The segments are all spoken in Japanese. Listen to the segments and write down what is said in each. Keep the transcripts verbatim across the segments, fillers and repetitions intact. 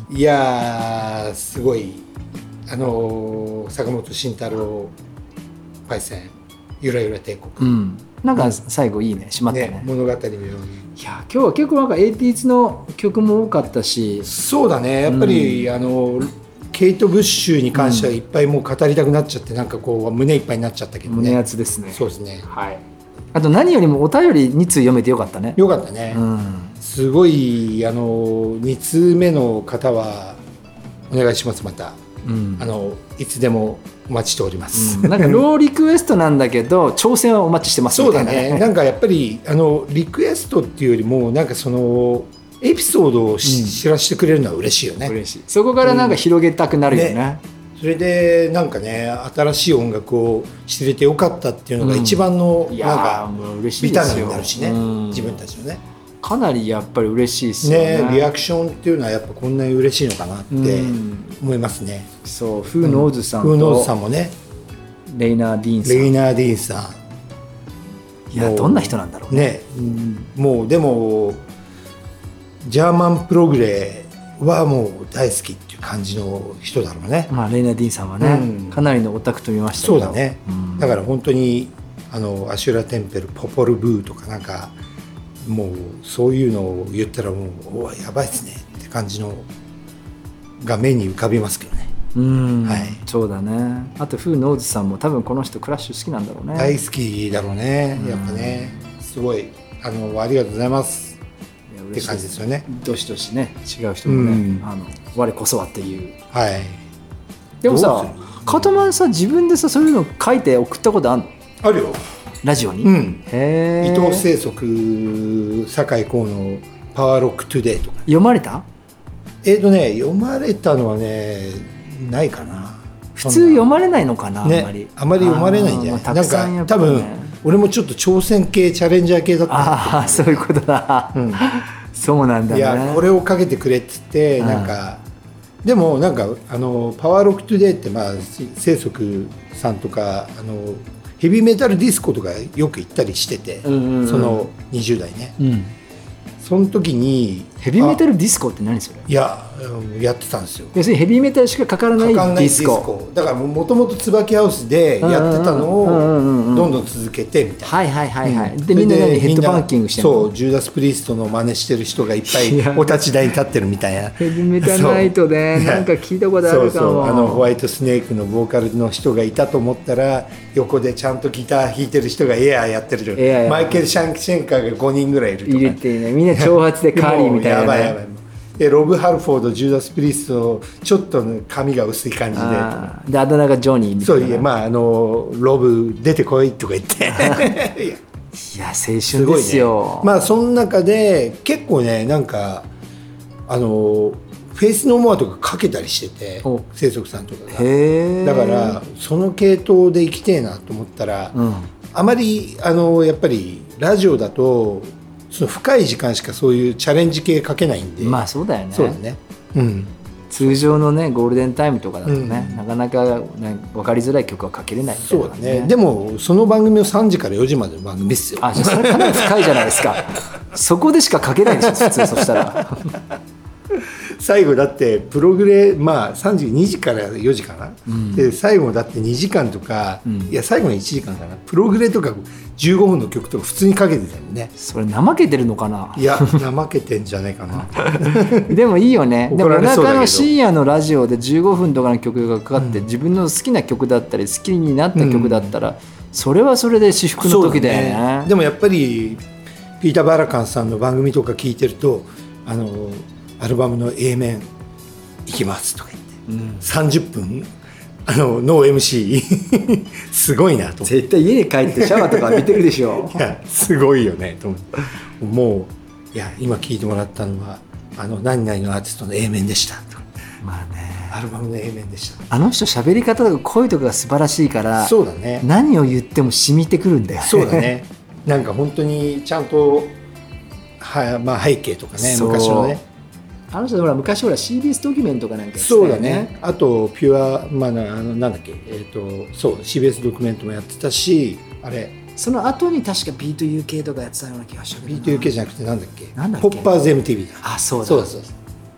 いやーすごいあのー、坂本慎太郎パイセンゆらゆら帝国、 うん、なんか最後いいね、締まったね、 ね、物語のように。 いや今日は結構なんか エイティーズ の曲も多かったし、 そうだねやっぱり、うん、あのケイト・ブッシュに関してはいっぱいもう語りたくなっちゃって、うん、なんかこう胸いっぱいになっちゃったけどね。 胸熱ですね。 そうですね、 はい。あと何よりもお便りに通読めてよかったね。 よかったね、 うん、 すごいあのに通目の方はお願いしますまた、うん、あのいつでもお待ちしております、 うん、なんかローリクエストなんだけど挑戦はお待ちしてますみたいな。 そうだねなんかやっぱりあのリクエストっていうよりもなんかそのエピソードを、うん、知らせてくれるのは嬉しいよね。 嬉しい。そこからなんか広げたくなるよね、うんね、 それでなんかね新しい音楽を知れてよかったっていうのが一番のなんかビタミンになるしね、うん、自分たちのねかなりやっぱり嬉しいですよ ね, ねリアクションっていうのはやっぱこんなに嬉しいのかなって思いますね、 うん、そうフーノーズさんと、 フーノーズさんもねレイナー・ディーンさんレイナー・ディーンさんいやどんな人なんだろう ね, ね、うん、もうでもジャーマンプログレはもう大好きっていう感じの人だろうね、 まあ、レイナー・ディーンさんはね、うん、かなりのオタクと見ましたけど。 そうだね、うん、だから本当にあのアシュラ・テンペルポポル・ブーとかなんかもうそういうのを言ったらもうおやばいですねって感じのが目に浮かびますけどね。 うん、はい、そうだね。あとフーノーズさんも多分この人クラッシュ好きなんだろうね。 大好きだろうねやっぱね、すごいあのありがとうございますって感じですよね。 どしどしね違う人もね、うん、あの我こそはっていう、 はい、 でもさカトマンさ自分でさそういうの書いて送ったことあるの？ あるよラジオに、 うん、へ伊藤清則酒井光のパワーロックトゥデイとか読まれた？ えーとね読まれたのはねないかな。 普通読まれないのかな、ね、あんまりあまり読まれないんじゃない、まあ、なんか、ね、多分俺もちょっと挑戦系チャレンジャー系だった。 ああそういうことだ、うん、そうなんだね。 いやこれをかけてくれって言ってなんかでもなんかあのパワーロックトゥデイってまあ清則さんとかあのヘビーメタルディスコとかよく行ったりしてて、うんうんうん、そのにじゅう代ね、うん、その時にヘビーメタルディスコって何それ？ いややってたんですよ。 要するにヘビーメタルしかかからないディスコ。 かかんないディスコだからもともと椿ハウスでやってたのをどんどん続けてみたいな。 はいはいはいはい、うん、でみんな何ヘッドバンキングしてるの？ そうジューダス・プリストの真似してる人がいっぱいお立ち台に立ってるみたいな。 ヘビーメタルナイトでなんか聞いたことあるかも。そうそうあのホワイトスネークのボーカルの人がいたと思ったら横でちゃんとギター弾いてる人がエアーやってる。エアーマイケル・シャンシェンカーがごにんぐらいいるとか。 いるっていうねみんな長髪でカーリーみたいな、ね、 やばいやばい。でロブ・ハルフォードジューダス・プリストちょっと、ね、髪が薄い感じでであだ名がジョニーみたいな。 そういやまああのロブ出てこいとか言っていや青春ですよ、 ね、まあその中で結構ねなんかあのフェイスノーモアとかかけたりしてて清則さんとかがへだからその系統で生きてえなと思ったら、うん、あまりあのやっぱりラジオだとその深い時間しかそういうチャレンジ系書けないんで。 まあそうだよね。 そうだね、うん、 通常のねゴールデンタイムとかだとね、うん、なかなか、ね、分かりづらい曲は書けれないみたいな、ね、 そうだね。でもその番組をさんじからよじまでの番組ですよ。 あそれかなり深いじゃないですかそこでしか書けないでしょ普通そしたら最後だってプログレまあさんじにじからよじかな、うん、で最後だってにじかんとか、うん、いや最後のいちじかんかなプログレとかじゅうごふんの曲とか普通にかけてたよね。 それ怠けてるのかな。 いや怠けてんじゃないかなでもいいよね。でも夜中の深夜のラジオでじゅうごふんとかの曲がかかって、うん、自分の好きな曲だったり好きになった曲だったら、うん、それはそれで至福の時だよ ね, ね。でもやっぱりピーター・バラカンさんの番組とか聞いてるとあのアルバムの A 面いきますとか言って、うん、さんじゅっぷんあのノー エムシー すごいなと。 絶対家に帰ってシャワーとか浴びてるでしょいやすごいよねと思ってもういや今聞いてもらったのはあの何々のアーティストの A 面でしたと。 まあねアルバムの A 面でした。 あの人喋り方とか声とかが素晴らしいからそうだね何を言っても染みてくるんだよね。 そうだねなんか本当にちゃんとは、まあ、背景とかね昔のねあの人ほら昔ほら シービーエス ドキュメントかなんかやってたよね。そうだね。あとピュア、まあ、あのなんだっけ、えー、とそう シービーエス ドキュメントもやってたしあれその後に確か ビート ユーケー とかやってたような気がしたけどビート ユーケー じゃなくてなんだっけなんだっけポッパーズ エムティーブイ だ。 あそうだそうだそうだ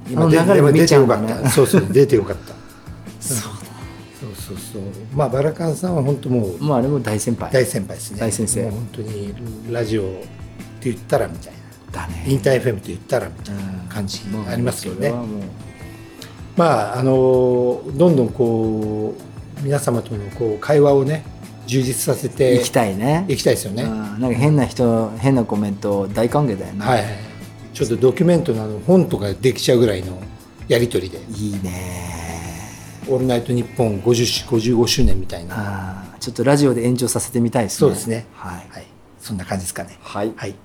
今流れ見ちゃうんだね。 そうそう出てよかったそうだ、そうそうそう。まあバラカンさんは本当もう、 まああれも大先輩大先輩ですね。 大先生。 もう本当にラジオって言ったらみたいな、 だね、 インター エフエム って言ったらみたいな感じありますよね。 うん、 まああのどんどんこう皆様とのこう会話をね充実させていきたいね。 いきたいですよね。 なんか変な人、変なコメント大歓迎だよね。 はい。ちょっとドキュメントの本とかできちゃうぐらいのやり取りで。 いいね。 オールナイトニッポンごじゅう、ごじゅうごしゅうねんみたいな。 あ、ちょっとラジオで延長させてみたいですね。 そうですね。 はい。 はい。そんな感じですかね。 はい。 はい。